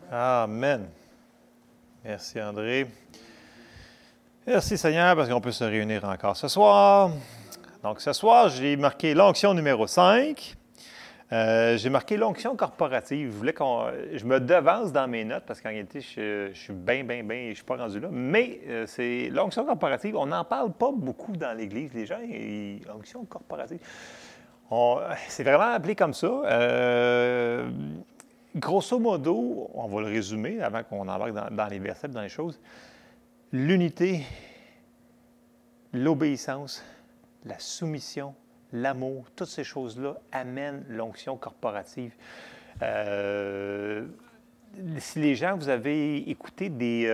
Amen. Merci André. Merci Seigneur parce qu'on peut se réunir encore ce soir. Donc ce soir, j'ai marqué l'onction numéro 5. J'ai marqué l'onction corporative. Je me devance dans mes notes parce qu'en réalité, je suis bien, je ne suis pas rendu là. Mais c'est l'onction corporative. On n'en parle pas beaucoup dans l'Église. Les gens, onction corporative. C'est vraiment appelé comme ça. Grosso modo, on va le résumer avant qu'on embarque dans les versets, dans les choses. L'unité, l'obéissance, la soumission, l'amour, toutes ces choses-là amènent l'onction corporative. Si les gens, vous avez écouté des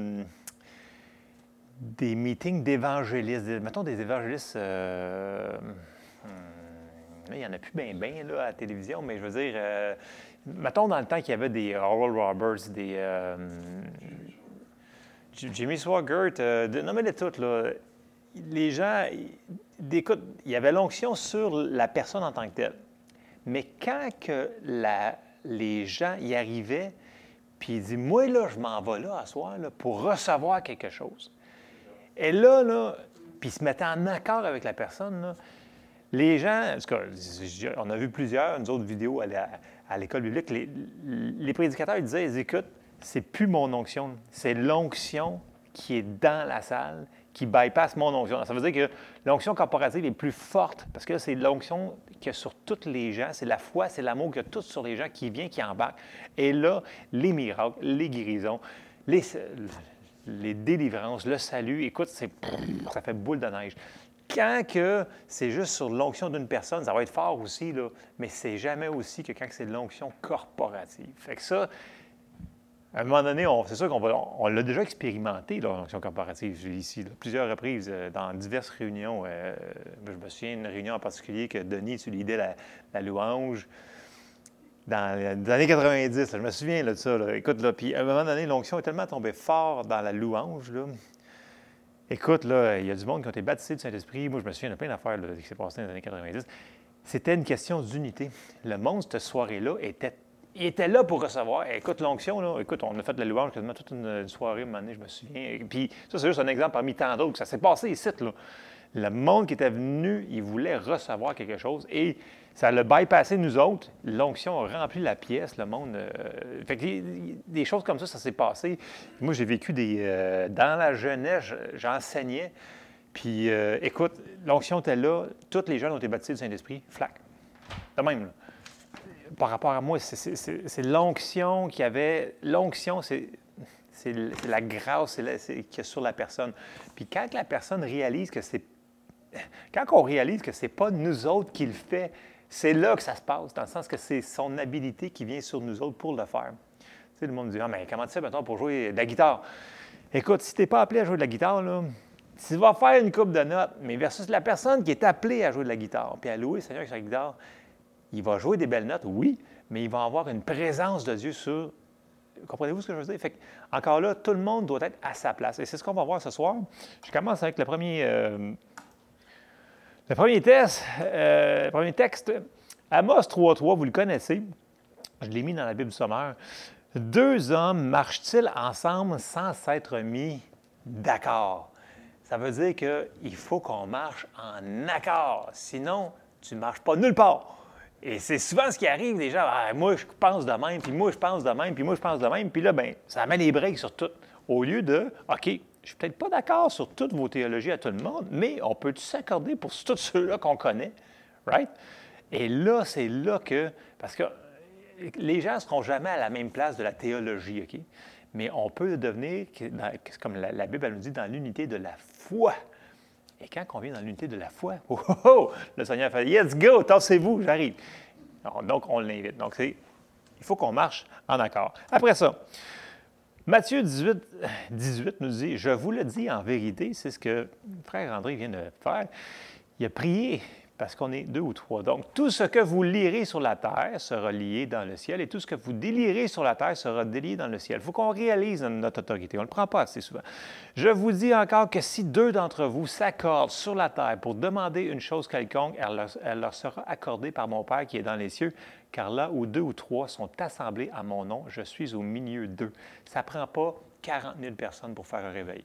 meetings d'évangélistes, mettons des évangélistes, il n'y en a plus bien à la télévision, mais je veux dire, mettons dans le temps qu'il y avait des Oral Roberts, des Jimmy Swaggart, nommez-les toutes, là. Les gens, écoute, il y avait l'onction sur la personne en tant que telle. Mais quand les gens y arrivaient, puis ils disaient, moi, là, je m'en vais là, à soir, là, pour recevoir quelque chose. Et là, puis ils se mettaient en accord avec la personne, là. Les gens, en tout cas, on a vu plusieurs, autres vidéos à l'école biblique, les prédicateurs ils disaient, écoute, c'est plus mon onction, c'est l'onction qui est dans la salle, qui bypasse mon onction. Ça veut dire que l'onction corporative est plus forte parce que c'est l'onction qu'il y a sur tous les gens, c'est la foi, c'est l'amour qu'il y a tout sur les gens qui vient, qui embarquent. Et là, les miracles, les guérisons, les délivrances, le salut, écoute, ça fait boule de neige. Quand que c'est juste sur l'onction d'une personne, ça va être fort aussi, là, mais c'est jamais aussi que quand c'est de l'onction corporative. Fait que ça, à un moment donné, c'est sûr qu'on l'a déjà expérimenté, l'onction corporative, ici, là, plusieurs reprises, dans diverses réunions. Je me souviens d'une réunion en particulier que Denis, tu lidais la louange dans les années 90. Là, je me souviens de ça. Là. Écoute, là, puis à un moment donné, l'onction est tellement tombée fort dans la louange, là. Écoute, là, il y a du monde qui ont été baptisés du Saint-Esprit. Moi, je me souviens de plein d'affaires là, qui s'est passé dans les années 90. C'était une question d'unité. Le monde, cette soirée-là, était là pour recevoir. Écoute, l'onction, là, écoute, on a fait de la louange quasiment toute une soirée, un moment donné, je me souviens. Puis ça, c'est juste un exemple parmi tant d'autres. Ça s'est passé ici, là. Le monde qui était venu, il voulait recevoir quelque chose. Et ça l'a bypassé nous autres. L'onction a rempli la pièce, le monde. Fait que des choses comme ça s'est passé. Moi, j'ai vécu dans la jeunesse, j'enseignais. Puis, écoute, l'onction était là. Tous les jeunes ont été baptisés du Saint-Esprit. Flac. De même, là. Par rapport à moi, c'est l'onction qu'il y avait. L'onction, c'est la grâce qu'il y a sur la personne. Puis quand la personne réalise que c'est... Quand on réalise que c'est pas nous autres qui le fait, c'est là que ça se passe, dans le sens que c'est son habilité qui vient sur nous autres pour le faire. Tu sais, le monde me dit « Ah, mais comment tu sais, mettons, pour jouer de la guitare? » Écoute, si tu n'es pas appelé à jouer de la guitare, là, tu vas faire une coupe de notes, mais versus la personne qui est appelée à jouer de la guitare, puis à louer le Seigneur avec sa guitare, il va jouer des belles notes, oui, mais il va avoir une présence de Dieu sur... Comprenez-vous ce que je veux dire? Fait que, encore là, tout le monde doit être à sa place. Et c'est ce qu'on va voir ce soir. Je commence avec le premier texte. Amos 3.3, vous le connaissez. Je l'ai mis dans la Bible du sommaire. Deux hommes marchent-ils ensemble sans s'être mis d'accord? Ça veut dire qu'il faut qu'on marche en accord. Sinon, tu ne marches pas nulle part. Et c'est souvent ce qui arrive, les gens, moi je pense de même, puis moi je pense de même, puis moi je pense de même, puis là, bien, ça met les breaks sur tout. Au lieu de, OK, je ne suis peut-être pas d'accord sur toutes vos théologies à tout le monde, mais on peut s'accorder pour tous ceux-là qu'on connaît, right? Et là, c'est là que, parce que les gens ne seront jamais à la même place de la théologie, OK? Mais on peut devenir, comme la Bible elle nous dit, dans l'unité de la foi. Et quand on vient dans l'unité de la foi, le Seigneur fait « Let's go, tassez-vous, j'arrive. » Donc, on l'invite. Donc, il faut qu'on marche en accord. Après ça, Matthieu 18 nous dit « Je vous le dis en vérité », c'est ce que frère André vient de faire. Il a prié parce qu'on est 2 ou 3. Donc, tout ce que vous lirez sur la terre sera lié dans le ciel et tout ce que vous délirez sur la terre sera délié dans le ciel. Il faut qu'on réalise notre autorité. On ne le prend pas assez souvent. Je vous dis encore que si 2 d'entre vous s'accordent sur la terre pour demander une chose quelconque, elle leur sera accordée par mon Père qui est dans les cieux, car là où 2 ou 3 sont assemblés à mon nom, je suis au milieu d'eux. Ça ne prend pas 40 000 personnes pour faire un réveil.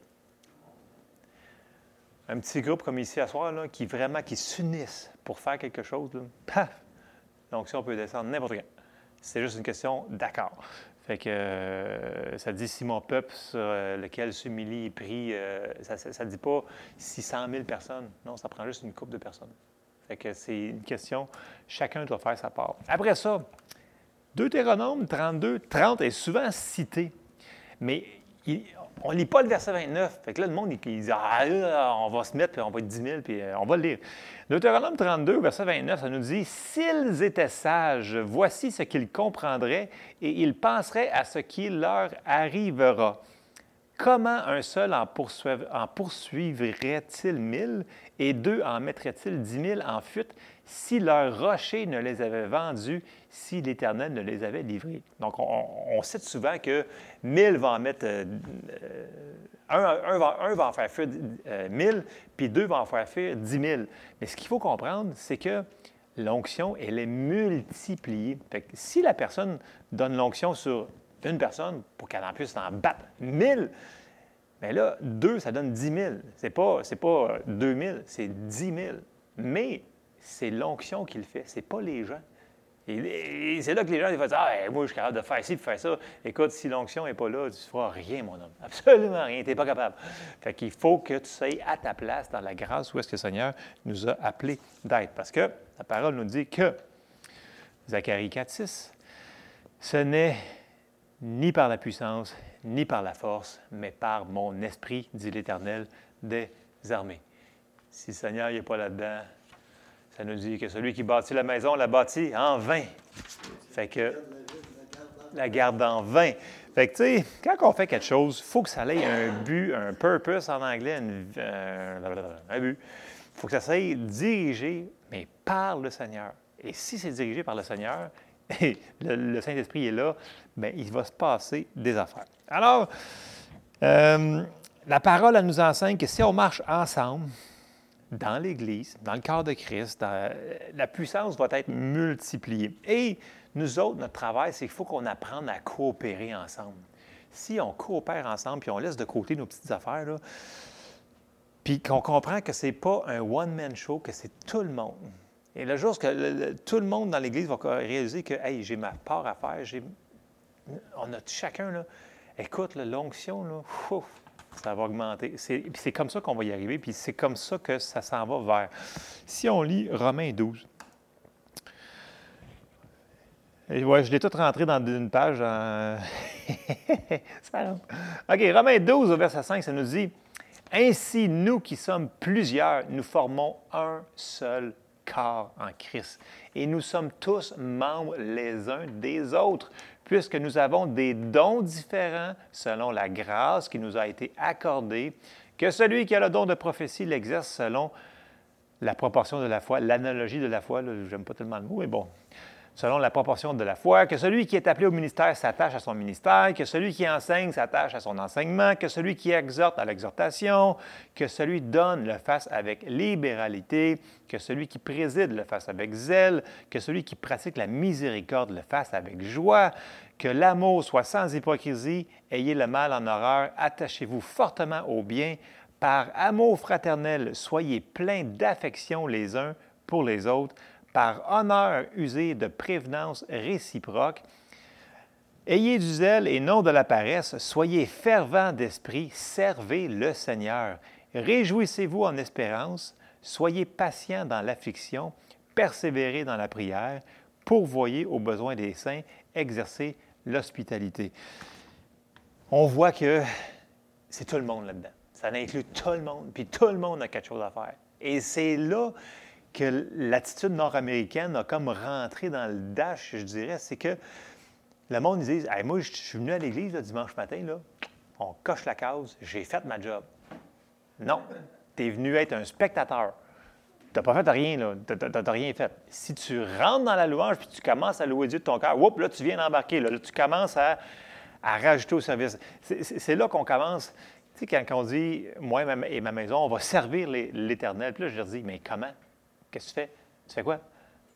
Un petit groupe comme ici à soir, là, qui s'unissent pour faire quelque chose, là, paf! Donc, si on peut descendre n'importe quand. C'est juste une question d'accord. Fait que ça dit si mon peuple sur lequel s'humilie et prie, ça ne dit pas 600 000 personnes. Non, ça prend juste une couple de personnes. Fait que c'est une question, chacun doit faire sa part. Après ça, Deutéronome 32, 30 est souvent cité, mais on ne lit pas le verset 29. Fait que là, le monde, il dit « Ah, là, on va se mettre, puis on va être 10 000, puis on va le lire. » Deutéronome 32, verset 29, ça nous dit « S'ils étaient sages, voici ce qu'ils comprendraient, et ils penseraient à ce qui leur arrivera. Comment un seul en poursuivrait-il 1000, et 2 en mettraient-ils 10 000 en fuite, si leur rocher ne les avait vendus, si l'Éternel ne les avait livrés? » Donc, on cite souvent que 1000 va en mettre, un va en faire fuir 1000, puis 2 vont en faire fuir 10 000. Mais ce qu'il faut comprendre, c'est que l'onction, elle est multipliée. Fait que si la personne donne l'onction sur une personne pour qu'elle en puisse en battre 1000, bien là, 2, ça donne 10 000. C'est pas 2 000, c'est 10 000. Mais c'est l'onction qui le fait, c'est pas les gens. Et c'est là que les gens ils vont dire « Ah, moi, je suis capable de faire ci, de faire ça. » Écoute, si l'onction n'est pas là, tu ne feras rien, mon homme. Absolument rien, tu n'es pas capable. Fait qu'il faut que tu sois à ta place dans la grâce où est-ce que le Seigneur nous a appelés d'être. Parce que la parole nous dit que, Zacharie 4, 6, ce n'est ni par la puissance, ni par la force, mais par mon esprit, dit l'Éternel des armées. Si le Seigneur n'est pas là-dedans, ça nous dit que celui qui bâtit la maison la bâtit en vain. Fait que la garde en vain. Fait que, tu sais, quand on fait quelque chose, il faut que ça ait un but, un purpose en anglais, un but. Il faut que ça soit dirigé, mais par le Seigneur. Et si c'est dirigé par le Seigneur, et le Saint-Esprit est là, bien, il va se passer des affaires. Alors, la parole, elle nous enseigne que si on marche ensemble, dans l'Église, dans le corps de Christ, la puissance va être multipliée. Et nous autres, notre travail, c'est qu'il faut qu'on apprenne à coopérer ensemble. Si on coopère ensemble, puis on laisse de côté nos petites affaires, là, puis qu'on comprend que ce n'est pas un one-man show, que c'est tout le monde. Et le jour que tout le monde dans l'Église va réaliser que hey, j'ai ma part à faire, on a chacun, là, écoute, l'onction, là, ça va augmenter. C'est comme ça qu'on va y arriver, puis c'est comme ça que ça s'en va vers. Si on lit Romains 12, et ouais, je l'ai tout rentré dans une page. Ça rentre. OK, Romains 12, au verset 5, ça nous dit « Ainsi, nous qui sommes plusieurs, nous formons un seul corps en Christ. Et nous sommes tous membres les uns des autres, puisque nous avons des dons différents selon la grâce qui nous a été accordée, que celui qui a le don de prophétie l'exerce selon la proportion de la foi, l'analogie de la foi, j'aime pas tellement le mot, mais bon, selon la proportion de la foi, que celui qui est appelé au ministère s'attache à son ministère, que celui qui enseigne s'attache à son enseignement, que celui qui exhorte à l'exhortation, que celui donne le fasse avec libéralité, que celui qui préside le fasse avec zèle, que celui qui pratique la miséricorde le fasse avec joie, que l'amour soit sans hypocrisie, ayez le mal en horreur, attachez-vous fortement au bien, par amour fraternel, soyez pleins d'affection les uns pour les autres, par honneur usé de prévenance réciproque. Ayez du zèle et non de la paresse, soyez fervents d'esprit, servez le Seigneur. Réjouissez-vous en espérance, soyez patients dans l'affliction, persévérez dans la prière, pourvoyez aux besoins des saints, exercez l'hospitalité. On voit que c'est tout le monde là-dedans. Ça inclut tout le monde, puis tout le monde a quelque chose à faire. Et c'est là que l'attitude nord-américaine a comme rentré dans le dash, je dirais, c'est que le monde dit hey, « Moi, je suis venu à l'église là, dimanche matin, là, on coche la case, j'ai fait ma job. » Non, tu es venu être un spectateur. n'as pas fait rien, là. Tu n'as rien fait. Si tu rentres dans la louange puis tu commences à louer Dieu de ton cœur, là, tu viens d'embarquer. Là, tu commences à rajouter au service. C'est là qu'on commence. Tu sais, quand on dit, moi et ma maison, on va servir l'Éternel. Puis là, je leur dis, mais comment? Qu'est-ce que tu fais? Tu fais quoi?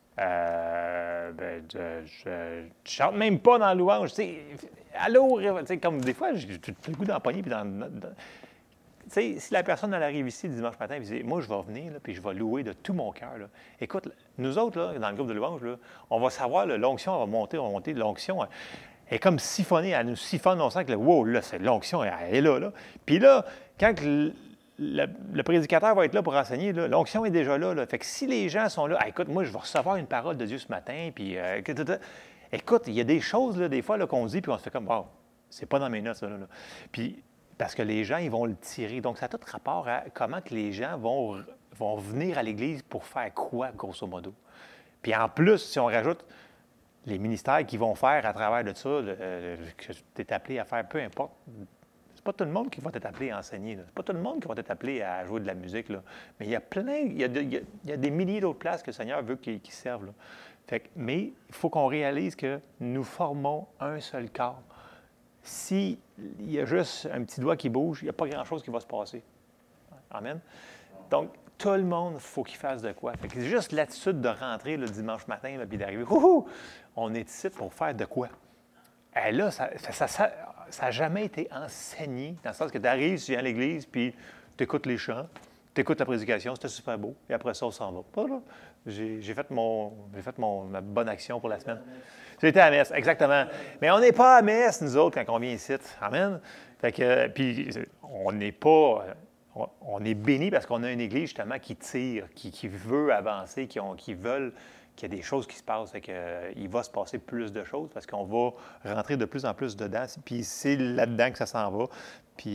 Je chante même pas dans la louange. Tu sais, allô? Tu sais, comme des fois, j'ai le goût d'empoigner. Puis tu sais, si la personne elle arrive ici le dimanche matin et dit, moi, je vais venir, là, puis je vais louer de tout mon cœur. Là. Écoute, nous autres, là, dans le groupe de louange, là, on va savoir, l'onction va monter. L'onction est comme siphonnée. Elle nous siphonne, on sent que, wow, là, c'est l'onction, elle est là, là. Puis là, quand le prédicateur va être là pour enseigner, là, l'onction est déjà là, là. Fait que si les gens sont là, écoute, moi, je vais recevoir une parole de Dieu ce matin, puis écoute, il y a des choses, là, des fois, là, qu'on dit, puis on se fait comme, wow, c'est pas dans mes notes, ça, là. Puis, parce que les gens, ils vont le tirer. Donc, ça a tout rapport à comment que les gens vont venir à l'Église pour faire quoi, grosso modo. Puis en plus, si on rajoute les ministères qu'ils vont faire à travers de ça, que tu es appelé à faire, peu importe, c'est pas tout le monde qui va être appelé à enseigner. C'est pas tout le monde qui va être appelé à jouer de la musique. Là. Mais il y a plein, il y a des milliers d'autres places que le Seigneur veut qu'ils servent. Là. Mais il faut qu'on réalise que nous formons un seul corps. S'il y a juste un petit doigt qui bouge, il n'y a pas grand-chose qui va se passer. Amen. Donc, tout le monde, il faut qu'il fasse de quoi. C'est juste l'attitude de rentrer le dimanche matin et d'arriver. On est ici pour faire de quoi? Et là, ça n'a jamais été enseigné, dans le sens que tu arrives, tu viens à l'église, puis tu écoutes les chants, tu écoutes la prédication, c'était super beau, et après ça, on s'en va. Pas là. J'ai fait ma bonne action pour la semaine. J'étais à la messe, exactement. Mais on n'est pas à la messe, nous autres, quand on vient ici. Amen. Fait que, puis, on n'est pas... On est béni parce qu'on a une église, justement, qui tire, qui veut avancer, qui veulent qu'il y ait des choses qui se passent. Fait que, il va se passer plus de choses parce qu'on va rentrer de plus en plus dedans. Puis c'est là-dedans que ça s'en va. Puis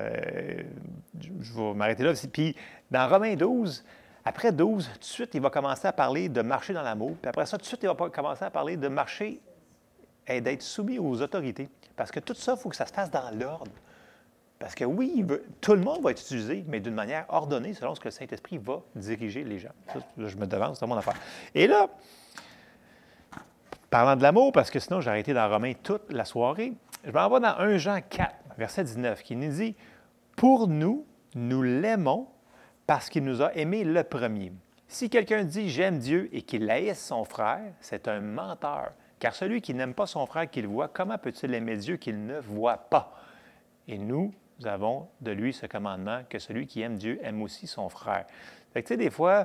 je vais m'arrêter là. Puis dans Romains 12... Après 12, tout de suite, il va commencer à parler de marcher dans l'amour. Puis après ça, tout de suite, il va commencer à parler de marcher et d'être soumis aux autorités. Parce que tout ça, il faut que ça se fasse dans l'ordre. Parce que oui, tout le monde va être utilisé, mais d'une manière ordonnée, selon ce que le Saint-Esprit va diriger les gens. Ça, là, je me devance, c'est mon affaire. Et là, parlant de l'amour, parce que sinon, j'ai arrêté dans Romains toute la soirée, je m'en vais dans 1 Jean 4, verset 19, qui nous dit « Pour nous, nous l'aimons parce qu'il nous a aimés le premier. Si quelqu'un dit « J'aime Dieu » et qu'il haïsse son frère, c'est un menteur. Car celui qui n'aime pas son frère qu'il voit, comment peut-il aimer Dieu qu'il ne voit pas? Et nous avons de lui ce commandement que celui qui aime Dieu aime aussi son frère. » Fait que, tu sais, des fois,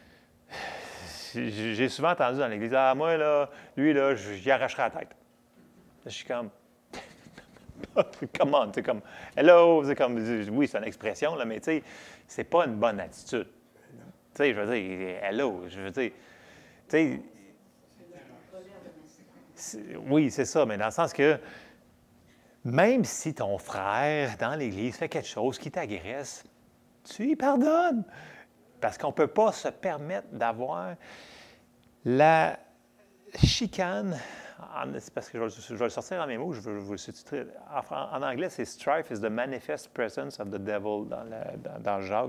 j'ai souvent entendu dans l'Église « Ah, moi, là, lui, là, j'y arracherai la tête. » Je suis comme... Come on, c'est comme, hello, c'est comme, oui, c'est une expression, là, mais tu sais, c'est pas une bonne attitude. Tu sais, je veux dire, hello, je veux dire, tu sais, oui, c'est ça, mais dans le sens que même si ton frère dans l'Église fait quelque chose qui t'agresse, tu lui pardonnes. Parce qu'on ne peut pas se permettre d'avoir la chicane. C'est parce que je vais le sortir en mes mots, je veux le sous-titrer. En anglais, c'est « Strife is the manifest presence of the devil » dans Jacques,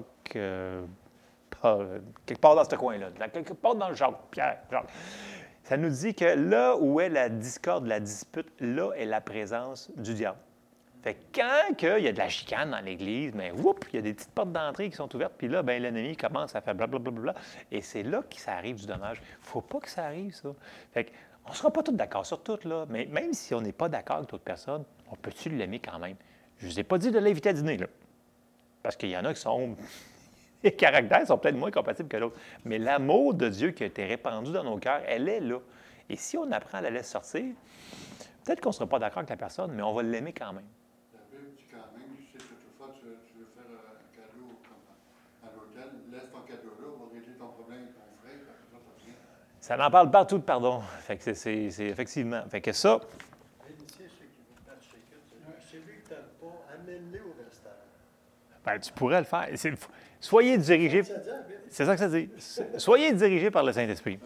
quelque part dans ce coin-là, quelque part dans Jacques, Pierre, Jacques. Ça nous dit que là où est la discorde, la dispute, là est la présence du diable. Fait que quand il y a de la chicane dans l'Église, mais il y a des petites portes d'entrée qui sont ouvertes, puis là, ben, l'ennemi commence à faire blablabla, et c'est là que ça arrive du dommage. Il ne faut pas que ça arrive, ça. Fait que, on ne sera pas tous d'accord sur tout, là, mais même si on n'est pas d'accord avec d'autres personnes, on peut-tu l'aimer quand même? Je ne vous ai pas dit de l'inviter à dîner, là, parce qu'il y en a qui sont... Les caractères sont peut-être moins compatibles que l'autre, mais l'amour de Dieu qui a été répandu dans nos cœurs, elle est là. Et si on apprend à la laisser sortir, peut-être qu'on ne sera pas d'accord avec la personne, mais on va l'aimer quand même. La Bible dit quand même, si toutefois tu veux faire un cadeau comme à l'hôtel, laisse ton cadeau là, on va régler ton problème avec ton frère, après ça, ça vient. Ça en parle partout de pardon. Fait que c'est effectivement. Fait que ça. Initier ceux qui vous persécutent. Celui que tu n'aimes pas, amène-le au restaurant. Ben, tu pourrais le faire. Soyez dirigés. C'est ça que ça dit. Soyez dirigés par le Saint-Esprit.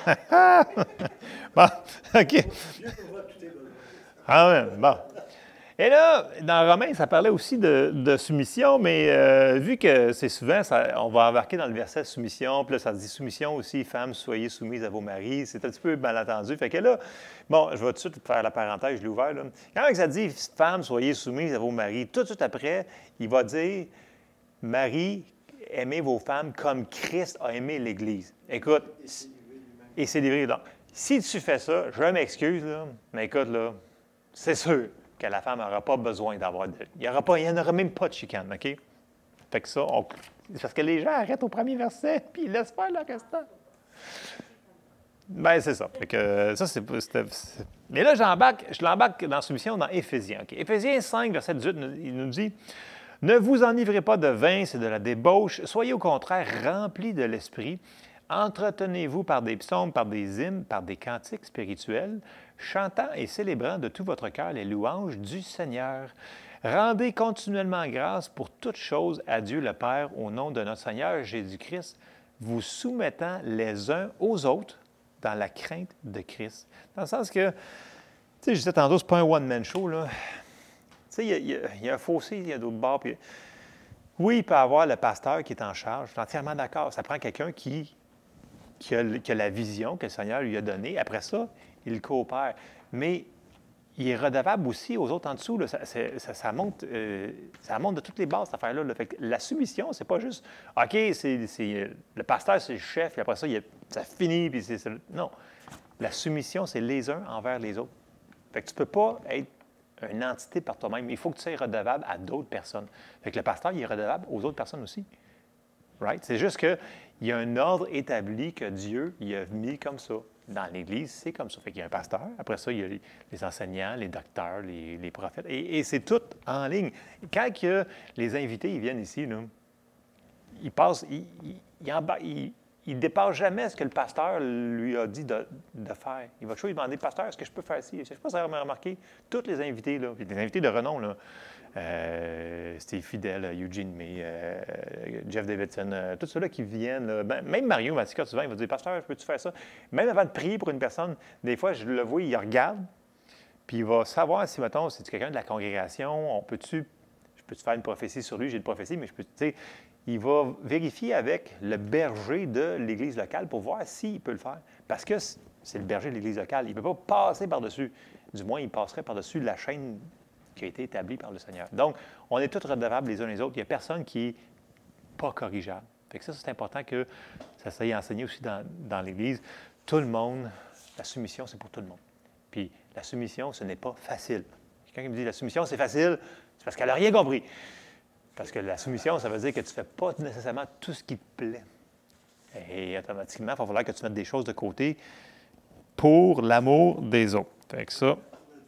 Bon, OK. Ah ouais, bon. Et là, dans Romains, ça parlait aussi de soumission, mais vu que c'est souvent, on va embarquer dans le verset soumission, puis là, ça se dit soumission aussi, femmes, soyez soumises à vos maris. C'est un petit peu mal entendu. Fait que là, bon, je vais tout de suite faire la parenthèse, je l'ai ouvert. Là. Quand ça dit femmes, soyez soumises à vos maris, tout de suite après, il va dire Marie, aimez vos femmes comme Christ a aimé l'Église. Écoute, et c'est livré. Donc, si tu fais ça, je m'excuse, là, mais écoute, là, c'est sûr que la femme n'aura pas besoin d'avoir de... Il n'y en aura même pas de chicane, OK? Fait que ça, c'est parce que les gens arrêtent au premier verset, puis ils laissent faire le restant. Bien, c'est ça. Fait que ça, Mais là, je l'embarque dans la soumission dans Éphésiens. OK? Éphésiens 5, verset 18, il nous dit « Ne vous enivrez pas de vin, c'est de la débauche. Soyez au contraire remplis de l'esprit. Entretenez-vous par des psaumes, par des hymnes, par des cantiques spirituels, chantant et célébrant de tout votre cœur les louanges du Seigneur. Rendez continuellement grâce pour toutes choses à Dieu le Père au nom de notre Seigneur Jésus-Christ, vous soumettant les uns aux autres dans la crainte de Christ. » Dans le sens que, tu sais, je disais tantôt, c'est pas un one-man show, là. Tu sais, il y a un fossé, il y a d'autres bords. Puis... Oui, il peut y avoir le pasteur qui est en charge. Je suis entièrement d'accord. Ça prend quelqu'un qui a la vision que le Seigneur lui a donnée. Après ça, il coopère. Mais il est redevable aussi aux autres en dessous. Là. Ça monte de toutes les bases, cette affaire-là. Là. Fait que la soumission, c'est pas juste « OK, le pasteur, c'est le chef, puis après ça, ça finit. » Puis non. La soumission, c'est les uns envers les autres. Fait que tu ne peux pas être une entité par toi-même. Il faut que tu sois redevable à d'autres personnes. Fait que le pasteur, il est redevable aux autres personnes aussi. Right? C'est juste qu'il y a un ordre établi que Dieu il a mis comme ça. Dans l'Église, c'est comme ça. Fait qu'il y a un pasteur. Après ça, il y a les enseignants, les docteurs, les prophètes. Et c'est tout en ligne. Quand les invités ils viennent ici, là, ils passent, ils ne dépassent jamais ce que le pasteur lui a dit de faire. Il va toujours lui demander, pasteur, est-ce que je peux faire ci? Je ne sais pas si vous avez remarqué, tous les invités, là, des invités de renom, là, Steve Fidel, Eugene May, Jeff Davidson, tous ceux-là qui viennent, là, même Mario Matica, souvent, il va dire, pasteur, peux-tu faire ça? Même avant de prier pour une personne, des fois, je le vois, il regarde, puis il va savoir si, mettons, c'est quelqu'un de la congrégation, je peux-tu faire une prophétie sur lui? J'ai une prophétie, mais il va vérifier avec le berger de l'Église locale pour voir s'il peut le faire. Parce que c'est le berger de l'Église locale. Il ne peut pas passer par-dessus. Du moins, il passerait par-dessus la chaîne qui a été établie par le Seigneur. Donc, on est tous redevables les uns les autres. Il n'y a personne qui n'est pas corrigeable. Fait que ça, c'est important que ça soit enseigné aussi dans l'Église. Tout le monde, la soumission, c'est pour tout le monde. Puis, la soumission, ce n'est pas facile. Quelqu'un qui me dit, la soumission, c'est facile, c'est parce qu'elle n'a rien compris. Parce que la soumission, ça veut dire que tu ne fais pas nécessairement tout ce qui te plaît. Et automatiquement, il va falloir que tu mettes des choses de côté pour l'amour des autres. Fait que ça,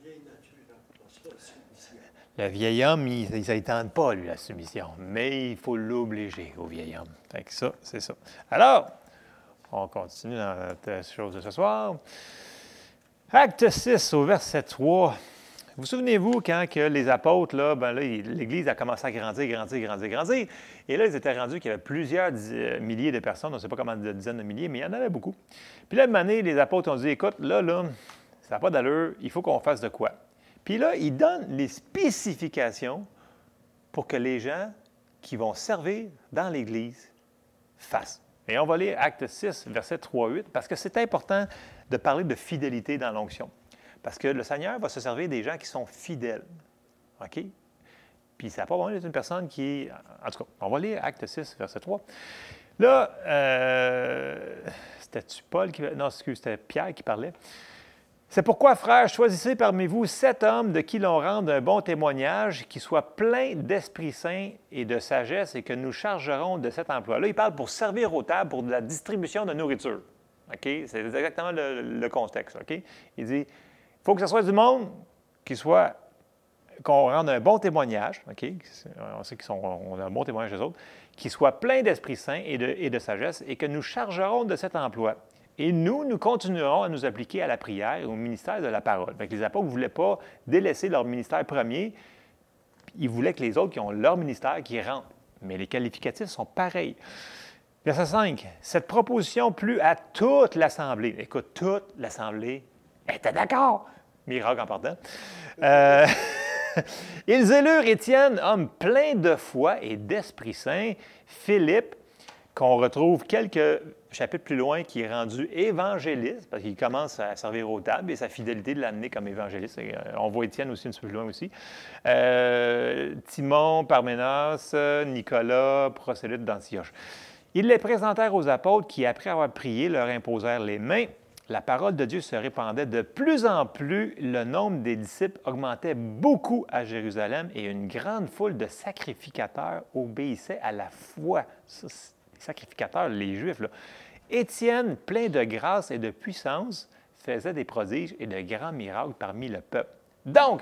le vieil homme, il ne s'étend pas, lui, la soumission. Mais il faut l'obliger au vieil homme. Fait que ça, c'est ça. Alors, on continue dans notre chose de ce soir. Acte 6, au verset 3. Vous souvenez-vous quand que les apôtres, là, l'Église a commencé à grandir. Et là, ils étaient rendus qu'il y avait plusieurs milliers de personnes, on ne sait pas comment de dizaines de milliers, mais il y en avait beaucoup. Puis là, une année, les apôtres ont dit, écoute, là, ça n'a pas d'allure, il faut qu'on fasse de quoi? Puis là, ils donnent les spécifications pour que les gens qui vont servir dans l'Église fassent. Et on va lire Acte 6, verset 3-8, parce que c'est important de parler de fidélité dans l'onction. Parce que le Seigneur va se servir des gens qui sont fidèles. OK? Puis ça n'a pas besoin d'être une personne qui... En tout cas, on va lire Acte 6, verset 3. Là, c'était-tu Paul qui... Non, c'était Pierre qui parlait. « C'est pourquoi, frères, choisissez parmi vous 7 hommes de qui l'on rende un bon témoignage, qui soient pleins d'Esprit Saint et de sagesse, et que nous chargerons de cet emploi. » Là, il parle pour servir aux tables, pour de la distribution de nourriture. OK? C'est exactement le contexte. OK? Il dit... Il faut que ce soit du monde qu'on rende un bon témoignage, OK? On sait qu'on a un bon témoignage des autres, qui soit plein d'Esprit Saint et de sagesse, et que nous chargerons de cet emploi. Et nous continuerons à nous appliquer à la prière et au ministère de la parole. Fait que les apôtres ne voulaient pas délaisser leur ministère premier, ils voulaient que les autres qui ont leur ministère qui rentrent. Mais les qualificatifs sont pareils. Verset 5. Cette proposition plut à toute l'Assemblée. Écoute, toute l'Assemblée était d'accord. Miracle en partant. Ils élurent Étienne, homme plein de foi et d'Esprit Saint, Philippe, qu'on retrouve quelques chapitres plus loin, qui est rendu évangéliste, parce qu'il commence à servir aux tables, et sa fidélité de l'amener comme évangéliste. On voit Étienne aussi un petit peu plus loin aussi. Timon, Parménas, Nicolas, prosélyte d'Antioche. Ils les présentèrent aux apôtres qui, après avoir prié, leur imposèrent les mains. La parole de Dieu se répandait de plus en plus, le nombre des disciples augmentait beaucoup à Jérusalem et une grande foule de sacrificateurs obéissait à la foi. Ça, les sacrificateurs, les Juifs, là. Étienne, plein de grâce et de puissance, faisait des prodiges et de grands miracles parmi le peuple. Donc,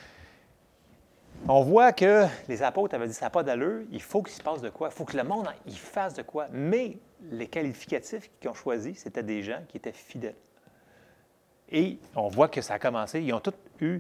on voit que les apôtres avaient dit ça n'a pas d'allure, il faut qu'il se passe de quoi, il faut que le monde il fasse de quoi. Mais les qualificatifs qu'ils ont choisis, c'était des gens qui étaient fidèles. Et on voit que ça a commencé, ils ont tous eu,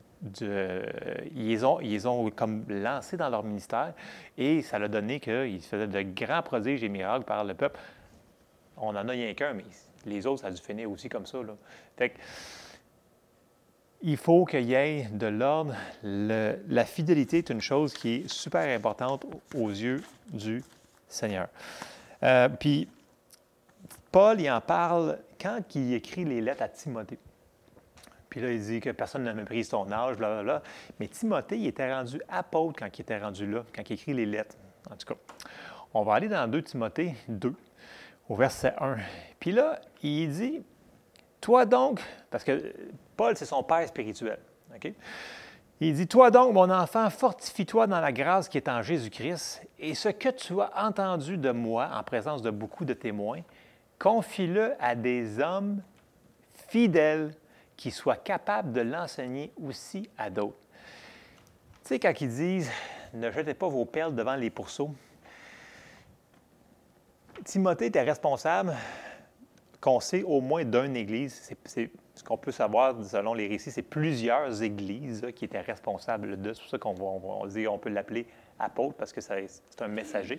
ils ont comme lancé dans leur ministère et ça a donné qu'ils faisaient de grands prodiges et miracles par le peuple. On en a rien qu'un, mais les autres, ça a dû finir aussi comme ça, là. Fait que, il faut qu'il y ait de l'ordre. La fidélité est une chose qui est super importante aux yeux du Seigneur. Puis, Paul, il en parle quand il écrit les lettres à Timothée. Puis là, il dit que personne ne méprise son âge, blablabla. Mais Timothée, il était rendu apôtre quand il était rendu là, quand il écrit les lettres. En tout cas, on va aller dans 2 Timothée 2, au verset 1. Puis là, il dit... Toi donc, parce que Paul, c'est son père spirituel, OK? Il dit, toi donc, mon enfant, fortifie-toi dans la grâce qui est en Jésus-Christ, et ce que tu as entendu de moi en présence de beaucoup de témoins, confie-le à des hommes fidèles qui soient capables de l'enseigner aussi à d'autres. Tu sais, quand ils disent, ne jetez pas vos perles devant les pourceaux, Timothée était responsable qu'on sait au moins d'une église. C'est ce qu'on peut savoir selon les récits, c'est plusieurs églises qui étaient responsables de. C'est pour ça on peut l'appeler apôtre parce que c'est un messager.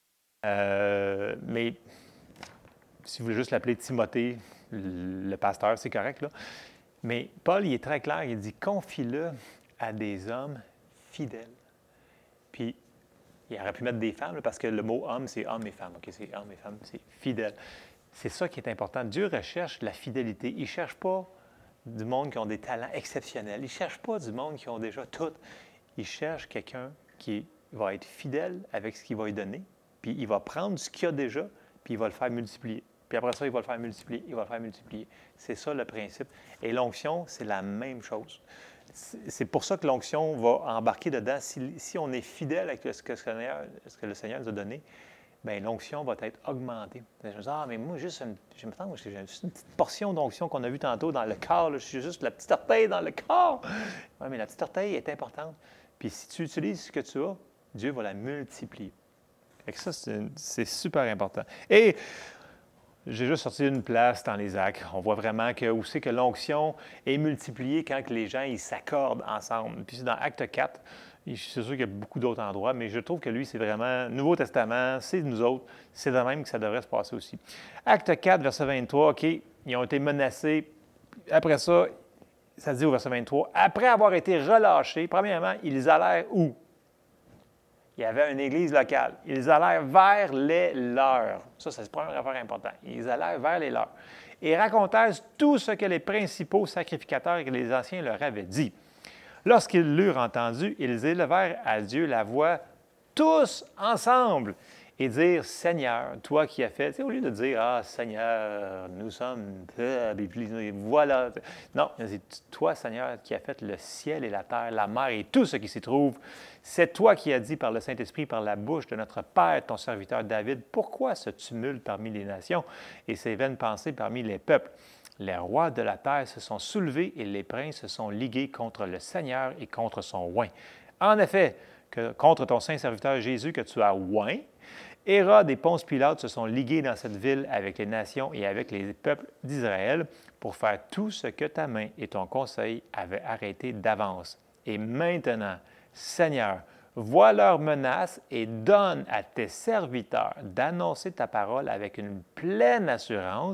Mais si vous voulez juste l'appeler Timothée, le pasteur, c'est correct, là. Mais Paul, il est très clair, il dit « Confie-le à des hommes fidèles ». Puis, il aurait pu mettre des femmes, là, parce que le mot « homme », c'est « homme et femme ». OK, c'est « homme et femme », c'est « fidèle ». C'est ça qui est important. Dieu recherche la fidélité. Il ne cherche pas du monde qui ont des talents exceptionnels. Il ne cherche pas du monde qui ont déjà tout. Il cherche quelqu'un qui va être fidèle avec ce qu'il va lui donner, puis il va prendre ce qu'il a déjà, puis il va le faire multiplier. Puis après ça, il va le faire multiplier, il va le faire multiplier. C'est ça le principe. Et l'onction, c'est la même chose. C'est pour ça que l'onction va embarquer dedans. Si on est fidèle avec ce que le Seigneur nous a donné, bien, l'onction va être augmentée. Je me dis, mais moi, j'ai juste une petite portion d'onction qu'on a vue tantôt dans le corps. Là, je suis juste la petite orteil dans le corps. Oui, mais la petite orteil est importante. Puis si tu utilises ce que tu as, Dieu va la multiplier. Fait que ça, c'est super important. Et j'ai juste sorti une place dans les actes. On voit vraiment où c'est que l'onction est multipliée quand les gens ils s'accordent ensemble. Puis c'est dans Acte 4. C'est sûr qu'il y a beaucoup d'autres endroits, mais je trouve que lui, c'est vraiment Nouveau Testament, c'est nous autres, c'est de même que ça devrait se passer aussi. Acte 4, verset 23, OK, ils ont été menacés. Après ça, ça dit au verset 23, après avoir été relâchés, premièrement, ils allèrent où? Il y avait une église locale. Ils allèrent vers les leurs. Ça, c'est la première affaire importante. Ils allèrent vers les leurs. Et racontèrent tout ce que les principaux sacrificateurs et les anciens leur avaient dit. Lorsqu'ils l'eurent entendu, ils élevèrent à Dieu la voix tous ensemble et dirent « Seigneur, toi qui as fait... » au lieu de dire « Ah, Seigneur, nous sommes... » Voilà. Non, ils disent « Toi, Seigneur, qui as fait le ciel et la terre, la mer et tout ce qui s'y trouve, c'est toi qui as dit par le Saint-Esprit, par la bouche de notre Père, ton serviteur David, pourquoi ce tumulte parmi les nations et ces vaines pensées parmi les peuples? Les rois de la terre se sont soulevés et les princes se sont ligués contre le Seigneur et contre son oint. En effet, contre ton saint serviteur Jésus que tu as oint, Hérode et Ponce Pilate se sont ligués dans cette ville avec les nations et avec les peuples d'Israël pour faire tout ce que ta main et ton conseil avaient arrêté d'avance. Et maintenant, Seigneur, vois leurs menaces et donne à tes serviteurs d'annoncer ta parole avec une pleine assurance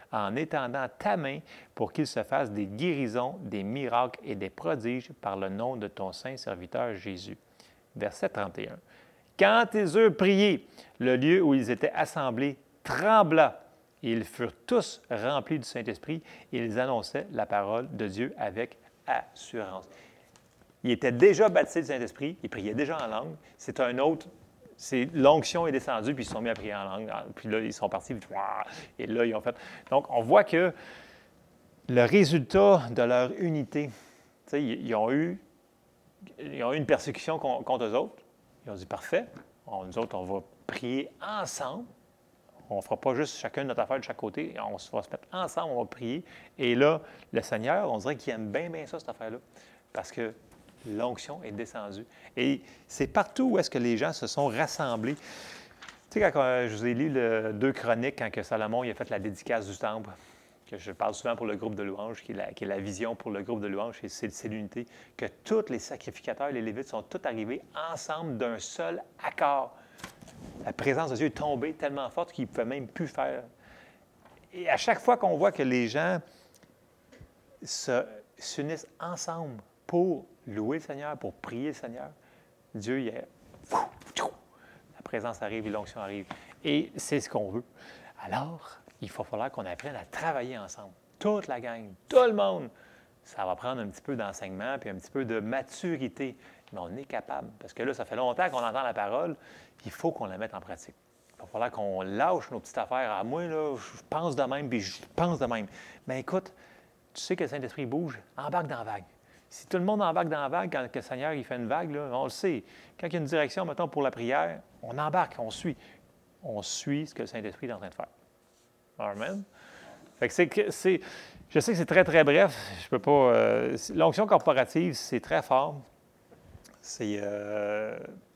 en étendant ta main pour qu'il se fasse des guérisons, des miracles et des prodiges par le nom de ton saint serviteur Jésus. Verset 31. Quand ils eurent prié, le lieu où ils étaient assemblés trembla, et ils furent tous remplis du Saint-Esprit, et ils annonçaient la parole de Dieu avec assurance. Ils étaient déjà baptisés du Saint-Esprit, ils priaient déjà en langue. C'est un autre, l'onction est descendue, puis ils se sont mis à prier en langue. Puis là, ils sont partis, et là, ils ont fait. Donc, on voit que le résultat de leur unité, ils ont eu une persécution contre eux autres. Ils ont dit, parfait, nous autres, on va prier ensemble. On ne fera pas juste chacun notre affaire de chaque côté. On va se mettre ensemble, on va prier. Et là, le Seigneur, on dirait qu'il aime bien, bien ça, cette affaire-là. Parce que l'onction est descendue. Et c'est partout où est-ce que les gens se sont rassemblés. Tu sais, quand je vous ai lu le 2 Chroniques, quand que Salomon il a fait la dédicace du temple, que je parle souvent pour le groupe de louanges, qui est la vision pour le groupe de louanges, c'est l'unité, que tous les sacrificateurs, les Lévites, sont tous arrivés ensemble d'un seul accord. La présence de Dieu est tombée tellement forte qu'ils ne pouvaient même plus faire. Et à chaque fois qu'on voit que les gens s'unissent ensemble pour louer le Seigneur, pour prier le Seigneur, Dieu, la présence arrive et l'onction arrive. Et c'est ce qu'on veut. Alors, il va falloir qu'on apprenne à travailler ensemble. Toute la gang, tout le monde. Ça va prendre un petit peu d'enseignement puis un petit peu de maturité. Mais on est capable. Parce que là, ça fait longtemps qu'on entend la parole, puis il faut qu'on la mette en pratique. Il va falloir qu'on lâche nos petites affaires. À moi, là, je pense de même, puis je pense de même. Mais écoute, tu sais que le Saint-Esprit bouge, embarque dans la vague. Si tout le monde embarque dans la vague, quand le Seigneur il fait une vague, là, on le sait. Quand il y a une direction, mettons, pour la prière, on embarque, on suit. On suit ce que le Saint-Esprit est en train de faire. Amen. Fait que je sais que c'est très, très bref. Je peux pas. L'onction corporative, c'est très fort. C'est